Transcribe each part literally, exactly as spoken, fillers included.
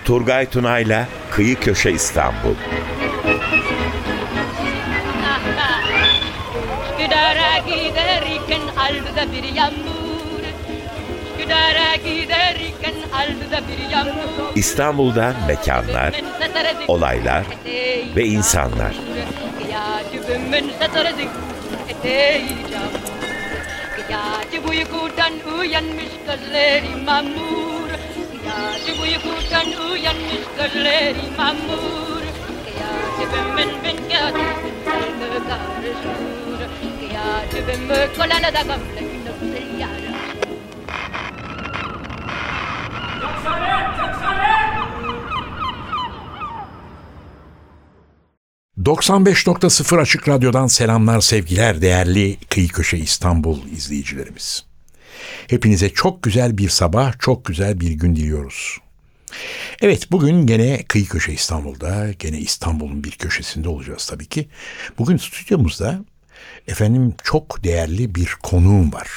Turgay Tunay'la Kıyı Köşe İstanbul. Üsküdar'a giderken aldı da bir yağmur. Üsküdar'a giderken aldı da bir yağmur. İstanbul'dan mekanlar, olaylar ve insanlar. Gece uykudan uyanmış gözleri mamur. Gece uykudan uyanmış gözleri mamur. Gece ben ben gece karışır. Gece ben kolana da gamle gündüz yarım. doksan beş nokta sıfır Açık Radyo'dan selamlar, sevgiler değerli Kıyı Köşe İstanbul izleyicilerimiz. Hepinize çok güzel bir sabah, çok güzel bir gün diliyoruz. Evet, bugün gene Kıyı Köşe İstanbul'da, gene İstanbul'un bir köşesinde olacağız tabii ki. Bugün stüdyomuzda efendim çok değerli bir konuğum var.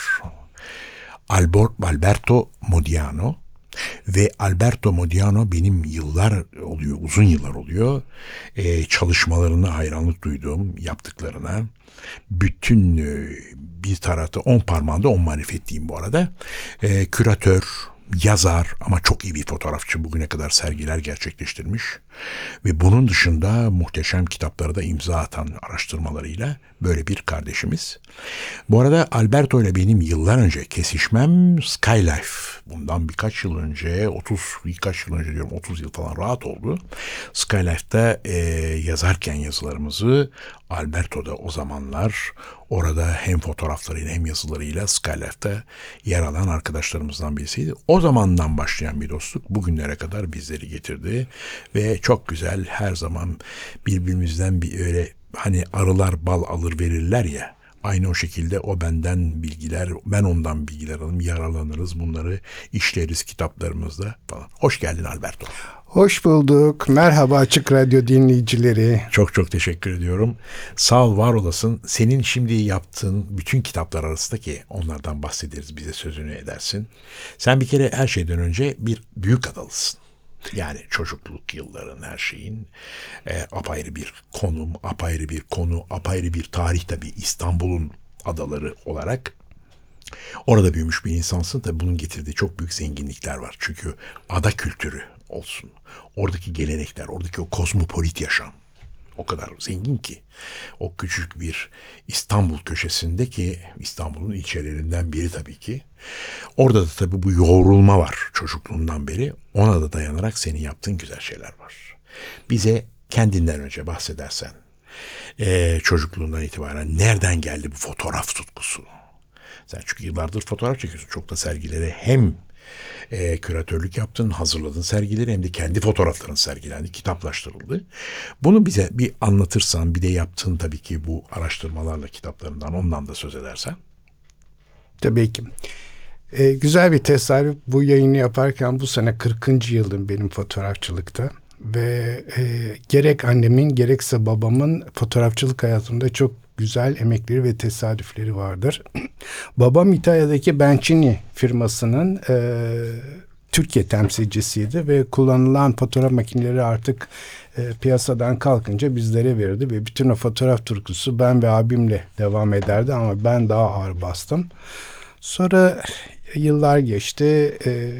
Alberto Modiano. Ve Alberto Modiano benim yıllar oluyor, uzun yıllar oluyor. Ee, çalışmalarına hayranlık duyduğum, yaptıklarına. Bütün e, bir tarafta on parmağında on marifet diyeyim bu arada. Ee, küratör, yazar ama çok iyi bir fotoğrafçı. Bugüne kadar sergiler gerçekleştirmiş. Ve bunun dışında muhteşem kitaplara da imza atan araştırmalarıyla böyle bir kardeşimiz. Bu arada Alberto ile benim yıllar önce kesişmem Skylife. Bundan birkaç yıl önce, otuz birkaç yıl önce diyorum, otuz yıl falan rahat oldu. Skylife'da e, yazarken yazılarımızı Alberto da o zamanlar orada hem fotoğraflarıyla hem yazılarıyla Skylife'da yer alan arkadaşlarımızdan birisiydi. O zamandan başlayan bir dostluk bugünlere kadar bizleri getirdi ve çok güzel, her zaman birbirimizden bir öyle hani arılar bal alır verirler ya, aynı o şekilde o benden bilgiler, ben ondan bilgiler alırım, yararlanırız, bunları işleriz kitaplarımızda falan. Hoş geldin Alberto. Hoş bulduk. Merhaba Açık Radyo dinleyicileri. Çok çok teşekkür ediyorum. Sağ ol, var olasın. Senin şimdi yaptığın bütün kitaplar arasında ki onlardan bahsederiz, bize sözünü edersin. Sen bir kere her şeyden önce bir büyük adalısın. Yani çocukluk yılların, her şeyin e, apayrı bir konum, apayrı bir konu, apayrı bir tarih tabii İstanbul'un adaları olarak. Orada büyümüş bir insansın. Tabii bunun getirdiği çok büyük zenginlikler var. Çünkü ada kültürü olsun, oradaki gelenekler, oradaki o kozmopolit yaşam o kadar zengin ki. O küçük bir İstanbul köşesindeki, İstanbul'un ilçelerinden biri tabii ki. Orada da tabii bu yoğrulma var çocukluğundan beri. Ona da dayanarak senin yaptığın güzel şeyler var. Bize kendinden önce bahsedersen, ee, çocukluğundan itibaren nereden geldi bu fotoğraf tutkusu? Sen çünkü yıllardır fotoğraf çekiyorsun. Çok da sergilere hem e, küratörlük yaptın, hazırladın sergileri, hem de kendi fotoğrafların sergilendi, kitaplaştırıldı. Bunu bize bir anlatırsan, bir de yaptığın tabii ki bu araştırmalarla kitaplarından, ondan da söz edersen. Tabii ki. Ee, güzel bir tesadüf, bu yayını yaparken bu sene kırkıncı yılım benim fotoğrafçılıkta. Ve e, gerek annemin gerekse babamın fotoğrafçılık hayatımda çok güzel emekleri ve tesadüfleri vardır. Babam İtalya'daki Bencini firmasının e, Türkiye temsilcisiydi ve kullanılan fotoğraf makineleri artık e, piyasadan kalkınca bizlere verirdi ve bütün o fotoğraf tutkusu ben ve abimle devam ederdi ama ben daha ağır bastım. Sonra yıllar geçti. E,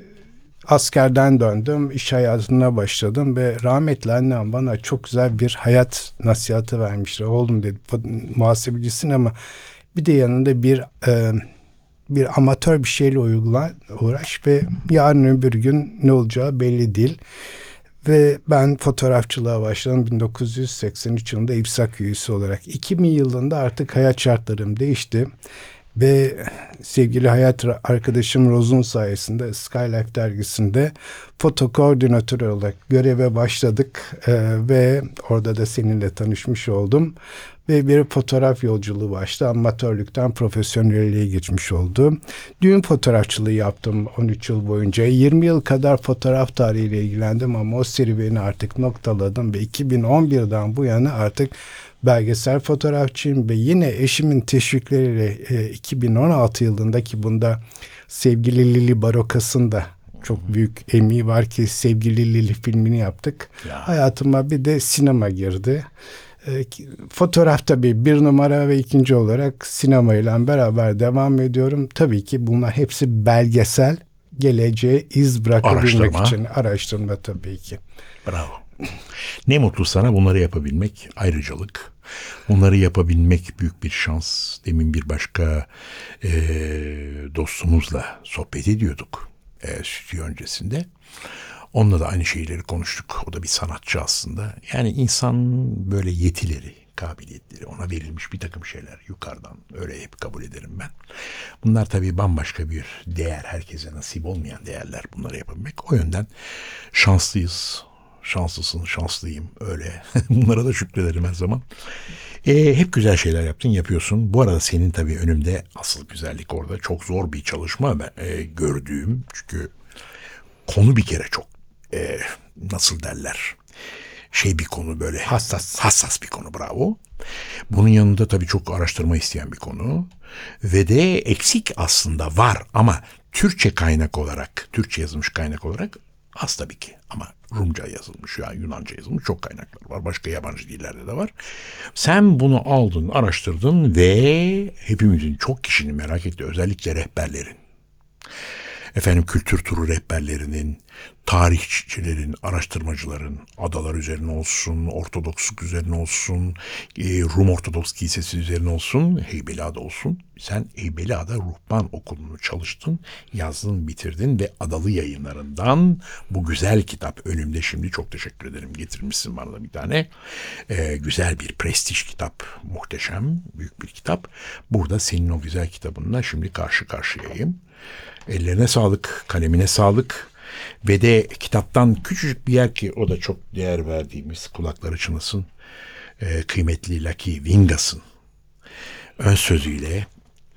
Askerden döndüm, iş hayatına başladım ve rahmetli annem bana çok güzel bir hayat nasihatı vermişti. Oğlum dedi, muhasebecisin ama bir de yanında bir e, bir amatör bir şeyle uygula, uğraş ve yarın öbür gün ne olacağı belli değil. Ve ben fotoğrafçılığa başladım bin dokuz yüz seksen üç yılında İBSAK üyesi olarak. iki bin yılında artık hayat şartlarım değişti. Ve sevgili hayat arkadaşım Rozun sayesinde Skylife dergisinde foto koordinatörü olarak göreve başladık. Ee, ve orada da seninle tanışmış oldum. Ve bir fotoğraf yolculuğu başladı. Amatörlükten profesyonelliğe geçmiş oldu. Düğün fotoğrafçılığı yaptım on üç yıl boyunca. yirmi yıl kadar fotoğraf tarihiyle ilgilendim ama o serüveni artık noktaladım. Ve iki bin on birden bu yana artık belgesel fotoğrafçıyım ve yine eşimin teşvikleriyle e, iki bin on altı yılındaki bunda sevgili Lili Barokas'ın da çok büyük emeği var ki Sevgili Lili filmini yaptık. Ya. Hayatıma bir de sinema girdi. E, fotoğraf tabii bir numara ve ikinci olarak sinemayla beraber devam ediyorum. Tabii ki bunlar hepsi belgesel, geleceğe iz bırakabilmek Araştırma. için araştırma tabii ki. Bravo. Ne mutlu sana bunları yapabilmek ayrıcalık. Bunları yapabilmek büyük bir şans. Demin bir başka e, dostumuzla sohbet ediyorduk e, stüdyo öncesinde. Onunla da aynı şeyleri konuştuk. O da bir sanatçı aslında. Yani insan böyle yetileri, kabiliyetleri, ona verilmiş bir takım şeyler yukarıdan, öyle hep kabul ederim ben. Bunlar tabii bambaşka bir değer. Herkese nasip olmayan değerler, bunları yapabilmek. O yönden şanslıyız. Şanslısın, şanslıyım, öyle. Bunlara da şükrederim her zaman. E, hep güzel şeyler yaptın, yapıyorsun. Bu arada senin tabii önümde asıl güzellik orada. Çok zor bir çalışma ben e, gördüğüm. Çünkü konu bir kere çok e, nasıl derler, şey bir konu, böyle Hassas. hassas bir konu, bravo. Bunun yanında tabii çok araştırma isteyen bir konu ve de eksik aslında var ama Türkçe kaynak olarak, Türkçe yazılmış kaynak olarak az tabii ki, ama Rumca yazılmış, yani Yunanca yazılmış çok kaynaklar var. Başka yabancı dillerde de var. Sen bunu aldın, araştırdın ve hepimizin, çok kişinin merak ettiği, özellikle rehberlerin, efendim kültür turu rehberlerinin, tarihçilerin, araştırmacıların, adalar üzerine olsun, Ortodoksluk üzerine olsun, Rum Ortodoks Kilisesi üzerine olsun, Heybeliada olsun. Sen Heybeliada Ruhban Okulu'nu çalıştın, yazdın, bitirdin ve Adalı Yayınları'ndan bu güzel kitap önümde şimdi, çok teşekkür ederim, getirmişsin bana da bir tane. Ee, güzel bir prestij kitap, muhteşem, büyük bir kitap. Burada senin o güzel kitabınla şimdi karşı karşıyayım. Ellerine sağlık, kalemine sağlık ve de kitaptan küçücük bir yer ki o da çok değer verdiğimiz, kulakları çınlasın, e, kıymetli Lucky Vingas'ın ön sözüyle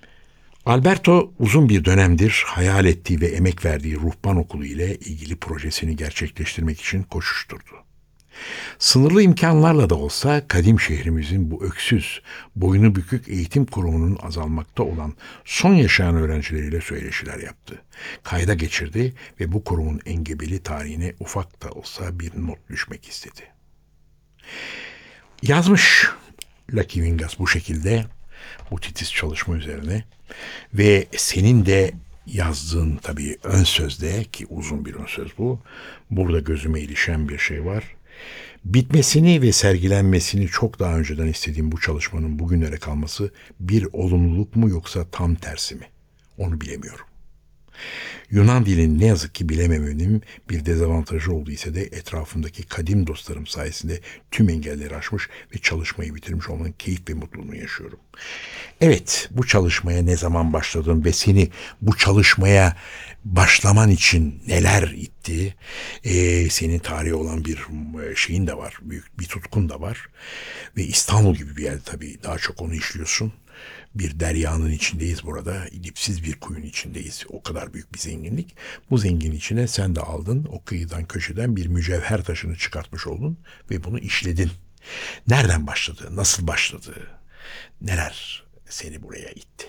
Alberto uzun bir dönemdir hayal ettiği ve emek verdiği Ruhban Okulu ile ilgili projesini gerçekleştirmek için koşuşturdu. Sınırlı imkanlarla da olsa kadim şehrimizin bu öksüz, boynu bükük eğitim kurumunun azalmakta olan son yaşayan öğrencileriyle söyleşiler yaptı. Kayda geçirdi ve bu kurumun engebeli tarihine ufak da olsa bir not düşmek istedi. Yazmış Lucky Vingas bu şekilde, bu titiz çalışma üzerine ve senin de yazdığın tabii ön sözde, ki uzun bir ön söz bu, burada gözüme ilişen bir şey var. Bitmesini ve sergilenmesini çok daha önceden istediğim bu çalışmanın bugünlere kalması bir olumluluk mu yoksa tam tersi mi? Onu bilemiyorum. Yunan dilini ne yazık ki bilememenin bir dezavantajı olduysa da etrafımdaki kadim dostlarım sayesinde tüm engelleri aşmış ve çalışmayı bitirmiş olmanın keyif ve mutluluğunu yaşıyorum. Evet, bu çalışmaya ne zaman başladın ve seni bu çalışmaya başlaman için neler itti? Ee, senin tarihi olan bir şeyin de var, büyük bir tutkun da var. Ve İstanbul gibi bir yerde tabii daha çok onu işliyorsun. Bir deryanın içindeyiz burada, dipsiz bir kuyunun içindeyiz. O kadar büyük bir zenginlik. Bu zengin içine sen de aldın, o kıyıdan köşeden bir mücevher taşını çıkartmış oldun ve bunu işledin. Nereden başladı, nasıl başladı, neler seni buraya itti?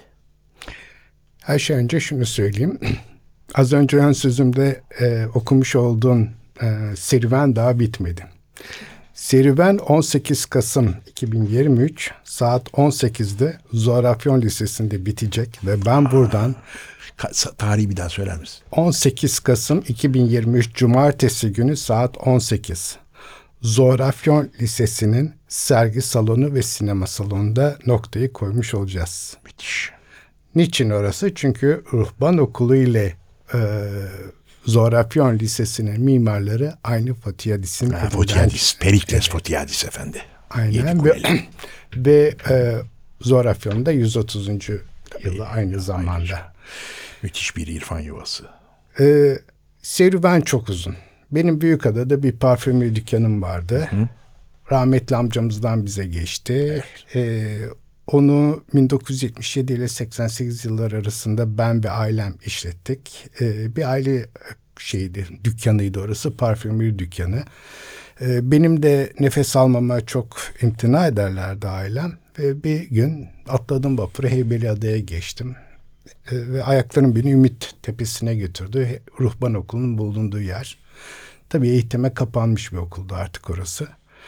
Her şey önce şunu söyleyeyim. Az önce ön sözümde e, okumuş olduğun e, serüven daha bitmedi. Serüven on sekiz Kasım iki bin yirmi üç saat on sekizde Zorafyon Lisesi'nde bitecek ve ben buradan Ka- tarihi bir daha söyler misin? on sekiz Kasım iki bin yirmi üç Cumartesi günü saat on sekiz Zorafyon Lisesi'nin sergi salonu ve sinema salonunda noktayı koymuş olacağız. Müthiş. Niçin orası? Çünkü Ruhban Okulu ile e, Zorafyon Lisesi'nin mimarları aynı Fotiadis'in Ha, Fotiadis, Perikles evet. Fotiadis efendi. Aynen ve, ve e, Zorafyon'da yüz otuzuncu yılı aynı zamanda. Aynı. Müthiş bir irfan yuvası. E, serüven çok uzun. Benim Büyükada'da bir parfümeri dükkanım vardı. Hı. Rahmetli amcamızdan bize geçti. Evet. E, onu bin dokuz yüz yetmiş yedi ile seksen sekiz yıllar arasında ben ve ailem işlettik. E, bir aile şeydi, dükkanıydı orası, parfümeri dükkanı. E, benim de nefes almama çok imtina ederlerdi ailem. Ve bir gün atladım vapura, Heybeliada'ya geçtim. E, ve ayaklarım beni Ümit Tepesi'ne götürdü. Ruhban Okulu'nun bulunduğu yer. Tabii eğitime kapanmış bir okuldu artık orası.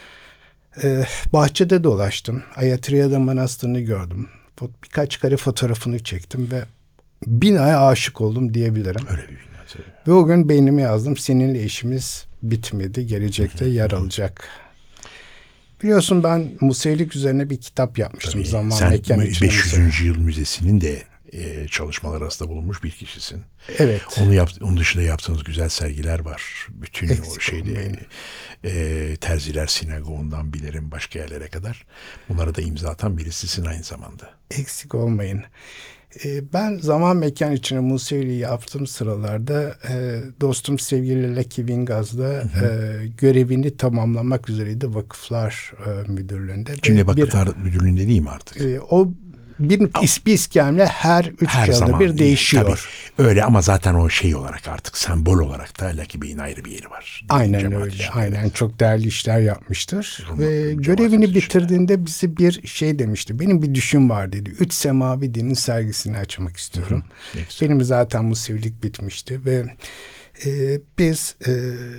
E, bahçede dolaştım. Ayatriyada Manastırı'nı gördüm. Birkaç kare fotoğrafını çektim ve binaya aşık oldum diyebilirim. Öyle bir bina tabii. Ve o gün beynime yazdım. Seninle işimiz bitmedi. Gelecekte yer alacak. Biliyorsun ben Musevilik üzerine bir kitap yapmıştım. Tabii, Zaman sen Mekan içinde beş yüzüncü. Yıl Müzesi'nin de e, çalışmalar arasında bulunmuş bir kişisin. Evet. Onu yap, onun dışında yaptığınız güzel sergiler var. Bütün Eksik o şeyde olmayın. e, Terziler Sinagogu'ndan bilirim başka yerlere kadar. Bunlara da imza atan birisisin aynı zamanda. Eksik olmayın. Ee, ben Zaman Mekan içine Museviliği yaptığım sıralarda e, dostum sevgili Lucky Vingaz'da e, görevini tamamlamak üzereydi Vakıflar e, Müdürlüğü'nde. Şimdi Ve Vakıflar Müdürlüğü'nde değil mi artık? bir, e, o bir, is, bir iskemle her üç Her yılda zaman bir değişiyor. Tabii, öyle ama zaten o şey olarak artık sembol olarak da Lucky Bey'in ayrı bir yeri var. Aynen Cemaat öyle. içinde. Aynen çok değerli işler yapmıştır. Rum- Ve Rum görevini cemaatimiz bitirdiğinde bize bir şey demişti. Benim bir düşüm var dedi. Üç Semavi Din'in sergisini açmak istiyorum. Ne güzel. Benim zaten Musevilik bitmişti ve e, biz e,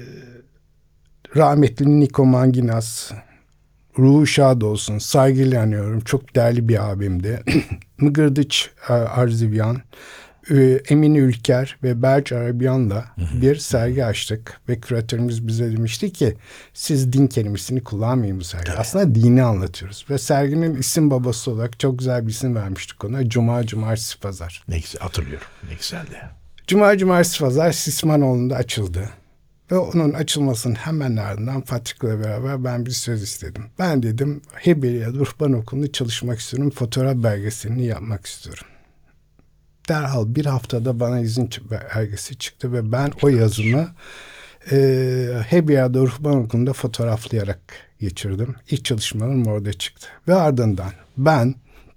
rahmetli Niko Manginas, ruhu şad olsun, saygıyla anıyorum. Çok değerli bir abimdi. Mıgırdıç Arzivyan, Emine Ülker ve Berç Arabiyan'la bir sergi açtık ve küratörümüz bize demişti ki siz din kelimesini kullanmayın bu sergi. Aslında dini anlatıyoruz ve serginin isim babası olarak çok güzel bir isim vermiştik ona. Cuma, Cumartesi, Pazar. Ne güzel hatırlıyorum. Ne güzeldi. Cuma, Cumartesi, Pazar Sismanoğlu'nda açıldı. Ve onun açılmasının hemen ardından Patrick'le beraber ben bir söz istedim. Ben dedim Hebeliada Ruhban Okulu'nda çalışmak istiyorum. Fotoğraf belgeselini yapmak istiyorum. Derhal bir haftada bana izin belgesi çıktı ve ben o yazımı e, Hebeliada Ruhban Okulu'nda fotoğraflayarak geçirdim. İlk çalışmalarım orada çıktı. Ve ardından ben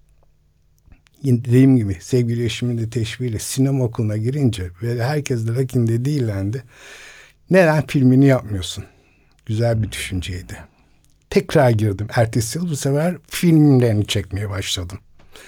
dediğim gibi sevgili eşimin de teşviğiyle sinema okuluna girince ve herkes de Lakin'de değillendi. Neden filmini yapmıyorsun? Güzel bir düşünceydi. Tekrar girdim. Ertesi yıl bu sefer filmlerini çekmeye başladım.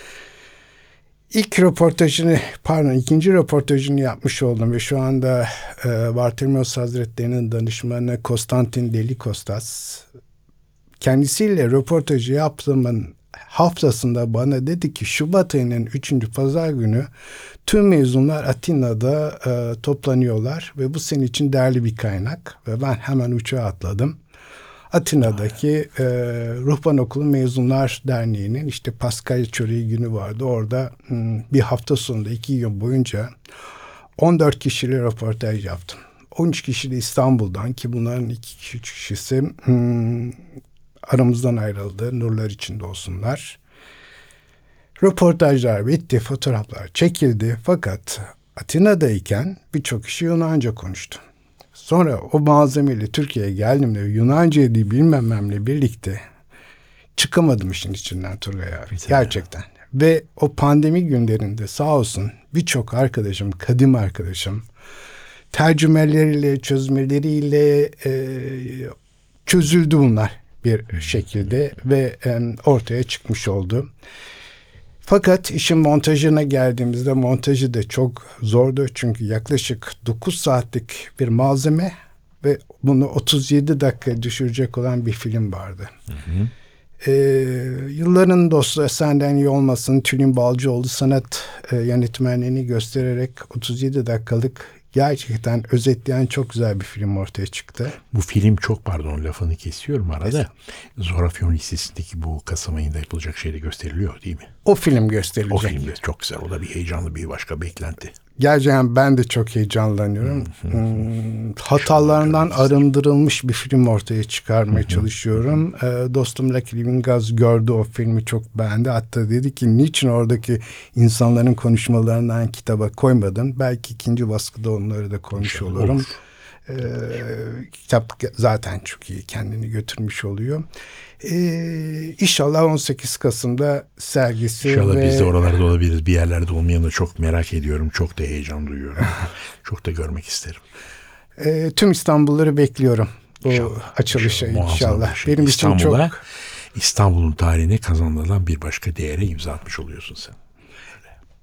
İlk röportajını, pardon ikinci röportajını yapmış oldum ve şu anda e, Bartolomeos Hazretleri'nin danışmanı Konstantin Delikostas kendisiyle röportajı yaptığımın haftasında bana dedi ki Şubat ayının üçüncü pazar günü tüm mezunlar Atina'da e, toplanıyorlar ve bu senin için değerli bir kaynak ve ben hemen uçağa atladım. Atina'daki e, Ruhban Okulu Mezunlar Derneği'nin işte Paskalya Çöreği günü vardı. Orada m, bir hafta sonunda iki gün boyunca on dört kişiyle röportaj yaptım. on üç kişi de İstanbul'dan ki bunların iki kişisi m, aramızdan ayrıldı. Nurlar içinde olsunlar. Röportajlar bitti, fotoğraflar çekildi. Fakat Atina'dayken birçok kişi Yunanca konuştu. Sonra o malzemeyle Türkiye'ye geldiğimde Yunanca'yı değil bilmememle birlikte çıkamadım işin içinden Turgay abi. Güzel. Gerçekten. Ve o pandemi günlerinde sağ olsun birçok arkadaşım, kadim arkadaşım tercümeleriyle, çözmeleriyle e, çözüldü bunlar bir şekilde ve e, ortaya çıkmış oldu. Fakat işin montajına geldiğimizde montajı da çok zordu. Çünkü yaklaşık dokuz saatlik bir malzeme ve bunu otuz yedi dakika düşürecek olan bir film vardı. Hı hı. Ee, yılların dostu Senden İyi Olmasın Tülin Balcıoğlu sanat e, yönetmenliğini göstererek otuz yedi dakikalık gerçekten özetleyen çok güzel bir film ortaya çıktı. Bu film çok pardon lafını kesiyorum arada. Zorafyon Lisesi'ndeki bu Kasım ayında yapılacak şeyde gösteriliyor değil mi? O film gösterilecek. O film de çok güzel. O da bir heyecanlı bir başka beklenti. Gerçekten ben de çok heyecanlanıyorum. hmm, hatalarından arındırılmış bir film ortaya çıkarmaya çalışıyorum. Ee, dostum Lucky Vingaz gördü o filmi çok beğendi. Hatta dedi ki niçin oradaki insanların konuşmalarından kitaba koymadın? Belki ikinci baskıda onları da koymuş olurum. Olur. Ee, kitap zaten çok iyi kendini götürmüş oluyor. Ee, İnşallah on sekiz Kasım'da sergisi İnşallah ve... biz de oralarda olabiliriz. Bir yerlerde olmayanı da çok merak ediyorum. Çok da heyecan duyuyorum. Çok da görmek isterim. Ee, tüm İstanbulluları bekliyorum. Bu İnşallah, açılışa inşallah. inşallah. Muazzam bir şey. Benim için İstanbul'a, çok... İstanbul'un tarihine kazanılan bir başka değere imza atmış oluyorsun sen.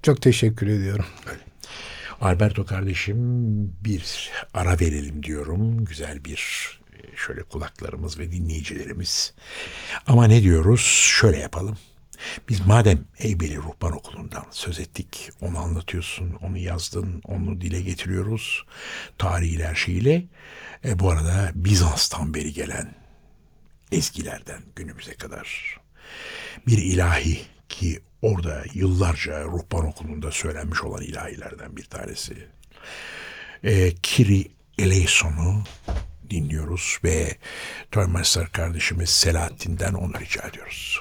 Çok teşekkür ediyorum. Alberto kardeşim, bir ara verelim diyorum. Güzel bir şöyle kulaklarımız ve dinleyicilerimiz. Ama ne diyoruz? Şöyle yapalım. Biz madem Heybeli Ruhban Okulu'ndan söz ettik, onu anlatıyorsun, onu yazdın, onu dile getiriyoruz. Tarihiyle, her şeyiyle. E, bu arada Bizans'tan beri gelen ezgilerden günümüze kadar bir ilahi ki orada yıllarca Ruhban Okulu'nda söylenmiş olan ilahilerden bir tanesi. E, Kyrie eleison'u dinliyoruz ve Toymaster kardeşimiz Selahattin'den onu rica ediyoruz.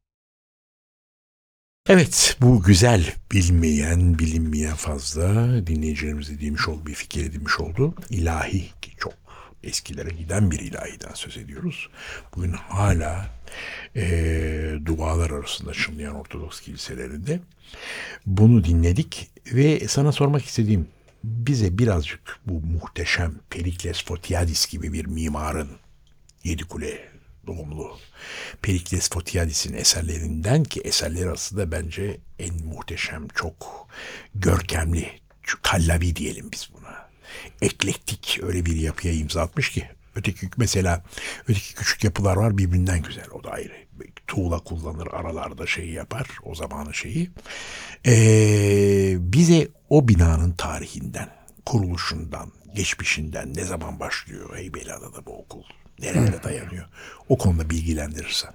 Evet, bu güzel, bilmeyen, bilinmeyen fazla dinleyicilerimiz edinmiş oldu, bir fikir edinmiş oldu. İlahi, ki çok eskilere giden bir ilahiden söz ediyoruz. Bugün hala e, dualar arasında çınlayan Ortodoks kiliselerinde bunu dinledik ve sana sormak istediğim, bize birazcık bu muhteşem Perikles Fotiadis gibi bir mimarın, Yedikule doğumlu Perikles Fotiadis'in eserlerinden, ki eserleri aslında bence en muhteşem, çok görkemli, kallavi diyelim biz buna. Eklektik öyle bir yapıya imza atmış ki. Öteki mesela, öteki küçük yapılar var birbirinden güzel, o da ayrı. Tuğla kullanır, aralarda şeyi yapar, o zamanın şeyi. Ee, bize o binanın tarihinden, kuruluşundan, geçmişinden, ne zaman başlıyor Heybeliada'da bu okul, nerelere dayanıyor, o konuda bilgilendirirsen.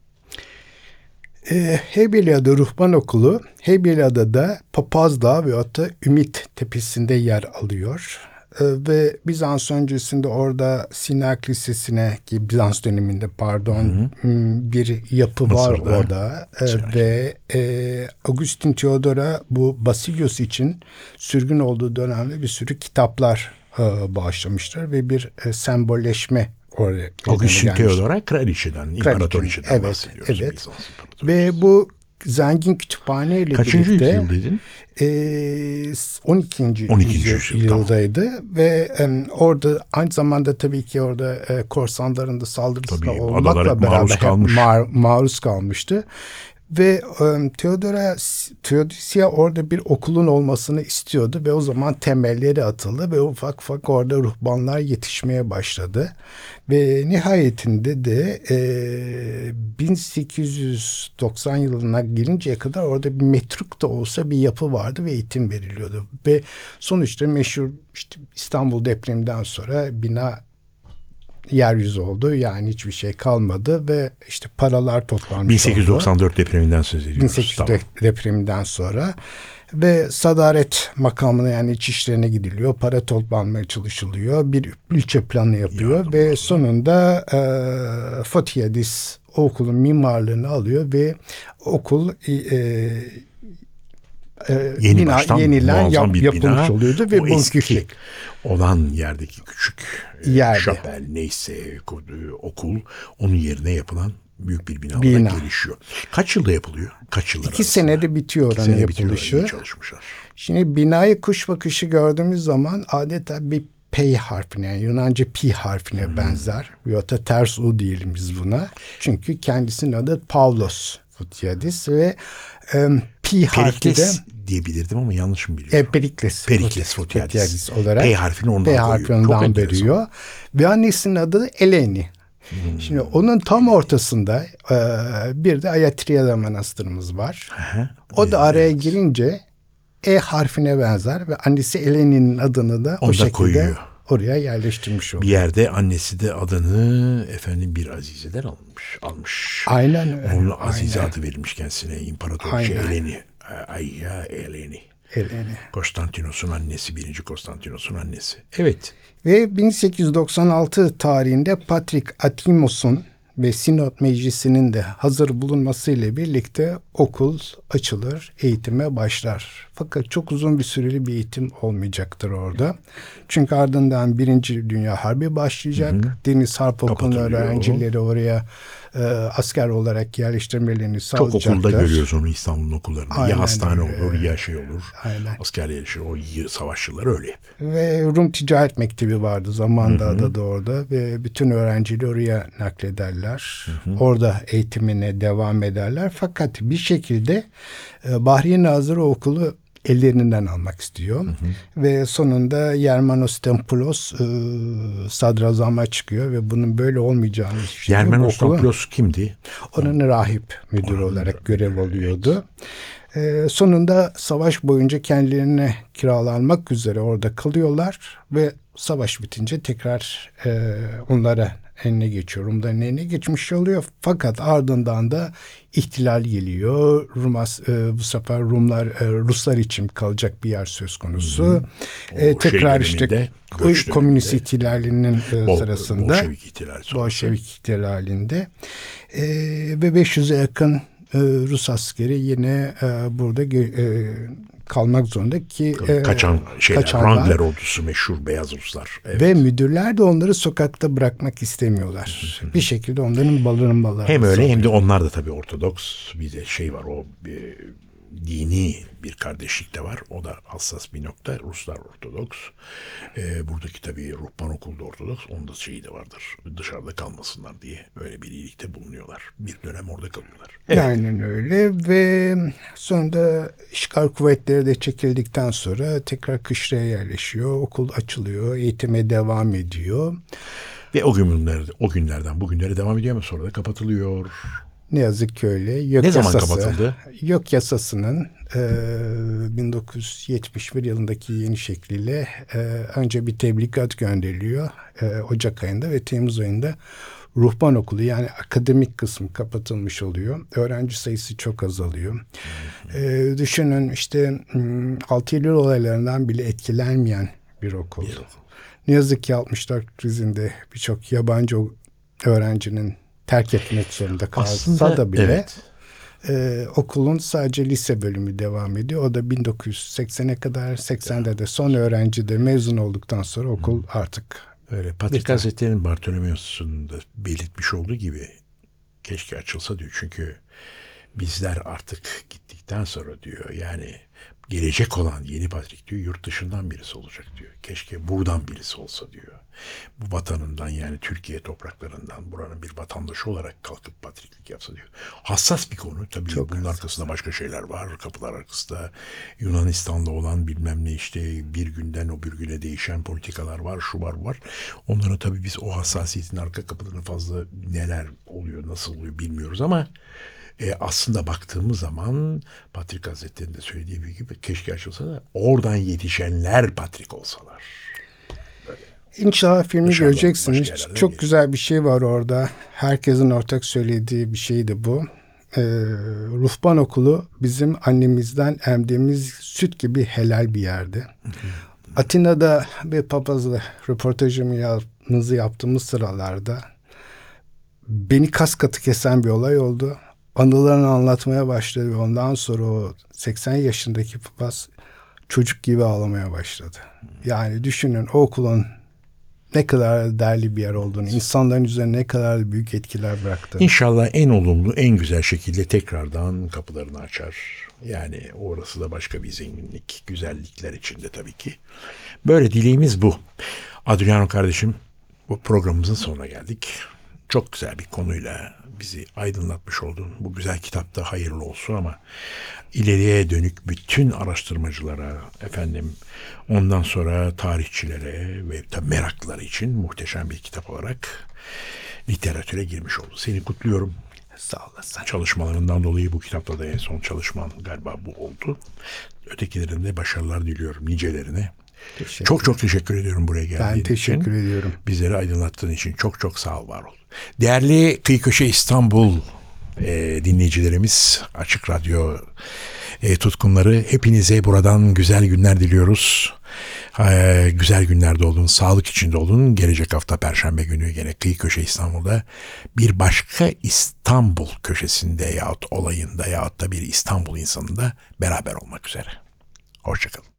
E, Heybeliada Ruhban Okulu, Heybeliada'da Papaz Dağı ve hatta Ümit Tepesi'nde yer alıyor. E, ve Bizans öncesinde orada Sina Kilisesi'ne, ki Bizans döneminde pardon, hı hı. bir yapı Mısır'da var orada. E, ve e, Agustin Theodora bu Basilios için sürgün olduğu dönemde bir sürü kitaplar e, bağışlamıştır ve bir e, sembolleşme oraya. Agustin Theodora kraliçeden, imparatoriçeden evet, bahsediyoruz. Evet. Ve bu zengin kütüphane ile kaçıncı birlikte yüzyıl dedin? E, on ikinci on ikinci yüzyıl, yıldaydı tamam. Ve e, orada aynı zamanda tabii ki orada e, korsanların da saldırısına tabii, olmakla beraber maruz, mar, maruz kalmıştı. Ve um, Theodora, Theodosia orada bir okulun olmasını istiyordu ve o zaman temelleri atıldı ve ufak ufak orada ruhbanlar yetişmeye başladı. Ve nihayetinde de e, bin sekiz yüz doksan yılına gelinceye kadar orada bir metruk da olsa bir yapı vardı ve eğitim veriliyordu. Ve sonuçta meşhur işte İstanbul depreminden sonra bina yeryüzü oldu. Yani hiçbir şey kalmadı ve işte paralar toplanmış bin sekiz yüz doksan dört oldu. Depreminden söz ediyoruz. bin sekiz yüz tamam. depreminden sonra ve sadaret makamına, yani İçişleri'ne gidiliyor. Para toplanmaya çalışılıyor. Bir ilçe planı yapıyor Yardım ve var. sonunda e, Fotiadis o okulun mimarlığını alıyor ve okul e, e, Yeni bina, baştan yenilen yap, bir yapılmış bina, oluyordu ve bu küçük olan yerdeki küçük Yerde. şapel neyse okul, onun yerine yapılan büyük bir bina, bina. olarak gelişiyor. Kaç yılda yapılıyor? Kaç yıllar İki arasında? senede bitiyor oranın yapılışı. Çalışmışlar. Şimdi binayı kuş bakışı gördüğümüz zaman adeta bir P harfine, yani Yunanca pi harfine hmm. benzer. Ya da ters U diyelim biz buna. Çünkü kendisinin adı Pavlos Fotiadis ve e, pi harfi de diyebilirdim ama yanlış mı biliyorum? E, Perikles. Perikles Fotiadis. Fotiadis olarak. P harfini ondan P harfinden veriyor. Ve annesinin adı Eleni. Hmm. Şimdi onun tam ortasında e, bir de Ayatriyada Manastırımız var. Aha, o da araya evet. girince E harfine benzer ve annesi Eleni'nin adını da Onu o da şekilde koyuyor. Oraya yerleştirmiş oluyor. Bir yerde annesi de adını efendim bir Azize'den almış. almış. Aynen öyle. Onun Azize adı verilmiş kendisine. İmparatoriçe Eleni. Ayya Eleni. Eleni. Konstantinos'un annesi. Birinci Konstantinos'un annesi. Evet. Ve bin sekiz yüz doksan altı tarihinde Patrik Atimos'un ve Sinod Meclisi'nin de hazır bulunmasıyla birlikte okul açılır, eğitime başlar. Fakat çok uzun bir süreli bir eğitim olmayacaktır orada. Çünkü ardından Birinci Dünya Harbi başlayacak. Hı hı. Deniz Harp Okulu'nun öğrencileri oraya e, asker olarak yerleştirmelerini Çok sağlayacaktır. okulda görüyoruz onu İstanbul'un okullarında. Aynen ya hastane öyle. olur ya şey olur. Aynen. Asker yerleşir. O savaşçılar öyle hep. Ve Rum Ticaret Mektebi vardı zamanında da orada ve bütün öğrencileri oraya naklederler. Hı hı. Orada eğitimine devam ederler. Fakat bir şekilde e, Bahriye Nazırı okulu ellerinden almak istiyor. Hı hı. Ve sonunda Yermanos Tempulos e, sadrazama çıkıyor ve bunun böyle olmayacağını düşünüyor. Yermanos Tempulos kimdi? Onun rahip müdürü Onun olarak görev alıyordu. Evet. E, sonunda savaş boyunca kendilerine kiralanmak üzere orada kalıyorlar ve savaş bitince tekrar e, onlara eline geçiyor. Rumların eline geçmiş oluyor. Fakat ardından da ihtilal geliyor. Rumas, e, bu sefer Rumlar, e, Ruslar için kalacak bir yer söz konusu. E, tekrar şey işte komünist ihtilalinin e, Bol, sırasında Bolşevik ihtilali Bolşevik ihtilalinde e, ve beş yüze yakın e, Rus askeri yine e, burada e, kalmak zorunda ki kaçan şeyler, Wrangler ordusu meşhur beyaz Ruslar. Evet. Ve müdürler de onları sokakta bırakmak istemiyorlar. Bir şekilde onların balının balı. Hem öyle oluyor. Hem de onlar da tabii Ortodoks bir de şey var o bir, dini bir kardeşlik de var. O da hassas bir nokta. Ruslar Ortodoks. Ee, buradaki tabii ruhban okulda Ortodoks. Onda şeyi de vardır. Dışarıda kalmasınlar diye öyle bir iyilikte bulunuyorlar. Bir dönem orada kalıyorlar. Evet. Aynen öyle ve sonunda işgal kuvvetleri de çekildikten sonra tekrar kışlaya yerleşiyor. Okul açılıyor. Eğitime devam ediyor. Ve o günlerde, o günlerden bugünlere devam ediyor ama sonra da kapatılıyor. Ne yazık ki öyle. Yok ne yasası, zaman kapatıldı? Yok yasasının e, bin dokuz yüz yetmiş bir yılındaki yeni şekliyle e, önce bir tebligat gönderiliyor e, Ocak ayında ve Temmuz ayında ruhban okulu yani akademik kısmı kapatılmış oluyor. Öğrenci sayısı çok azalıyor. E, düşünün işte altı Eylül olaylarından bile etkilenmeyen bir okul. Bir okul. Ne yazık ki altmış dört krizinde birçok yabancı öğrencinin terk etmek zorunda kalsa Aslında, da bile evet. e, okulun sadece lise bölümü devam ediyor. O da bin dokuz yüz seksene kadar seksende de son öğrenci de mezun olduktan sonra okul hmm. artık öyle. Patrik Hazretleri'nin Bartolomeos'un da belirtmiş olduğu gibi keşke açılsa diyor. Çünkü bizler artık gittikten sonra diyor yani gelecek olan yeni patrik diyor yurt dışından birisi olacak diyor. Keşke buradan birisi olsa diyor. Bu vatanından yani Türkiye topraklarından buranın bir vatandaşı olarak kalkıp patriklik yapsa diyor. Hassas bir konu. Tabii Çok bunun hassas. Arkasında başka şeyler var. Kapılar arkasında Yunanistan'da olan bilmem ne işte bir günden o bir güne değişen politikalar var. Şu var bu var. Onlara tabii biz o hassasiyetin arka kapılarına fazla neler oluyor nasıl oluyor bilmiyoruz ama E aslında baktığımız zaman Patrik Hazretleri'nin de söylediği gibi keşke açılsa da oradan yetişenler Patrik olsalar. Böyle. İnşallah filmi Dışarıdan göreceksiniz. Çok değil. Güzel bir şey var orada. Herkesin ortak söylediği bir şey de bu. Ee, ruhban okulu bizim annemizden emdiğimiz süt gibi helal bir yerdi. Atina'da bir papazla röportajımızı yaptığımız sıralarda beni kas katı kesen bir olay oldu. Anılarını anlatmaya başladı ve ondan sonra o seksen yaşındaki papaz çocuk gibi ağlamaya başladı. Yani düşünün o okulun ne kadar değerli bir yer olduğunu, insanların üzerine ne kadar büyük etkiler bıraktığını. İnşallah en olumlu, en güzel şekilde tekrardan kapılarını açar. Yani orası da başka bir zenginlik, güzellikler içinde tabii ki. Böyle dileğimiz bu. Adriano kardeşim, bu programımızın sonuna geldik. Çok güzel bir konuyla bizi aydınlatmış oldun. Bu güzel kitapta hayırlı olsun ama ileriye dönük bütün araştırmacılara, efendim ondan sonra tarihçilere ve tabii meraklıları için muhteşem bir kitap olarak literatüre girmiş oldu. Seni kutluyorum. Sağ olasın. Çalışmalarından dolayı bu kitapta da en son çalışman galiba bu oldu. Ötekilerine başarılar diliyorum nicelerine. Çok çok teşekkür ediyorum buraya geldiğin için. Ben teşekkür için. ediyorum. Bizleri aydınlattığın için çok çok sağ ol, var ol. Değerli Kıyı Köşe İstanbul e, dinleyicilerimiz, Açık Radyo e, tutkunları, hepinize buradan güzel günler diliyoruz. E, güzel günlerde olun, sağlık içinde olun. Gelecek hafta Perşembe günü gene Kıyı Köşe İstanbul'da bir başka İstanbul köşesinde yahut olayında yahut da bir İstanbul insanında beraber olmak üzere. Hoşçakalın.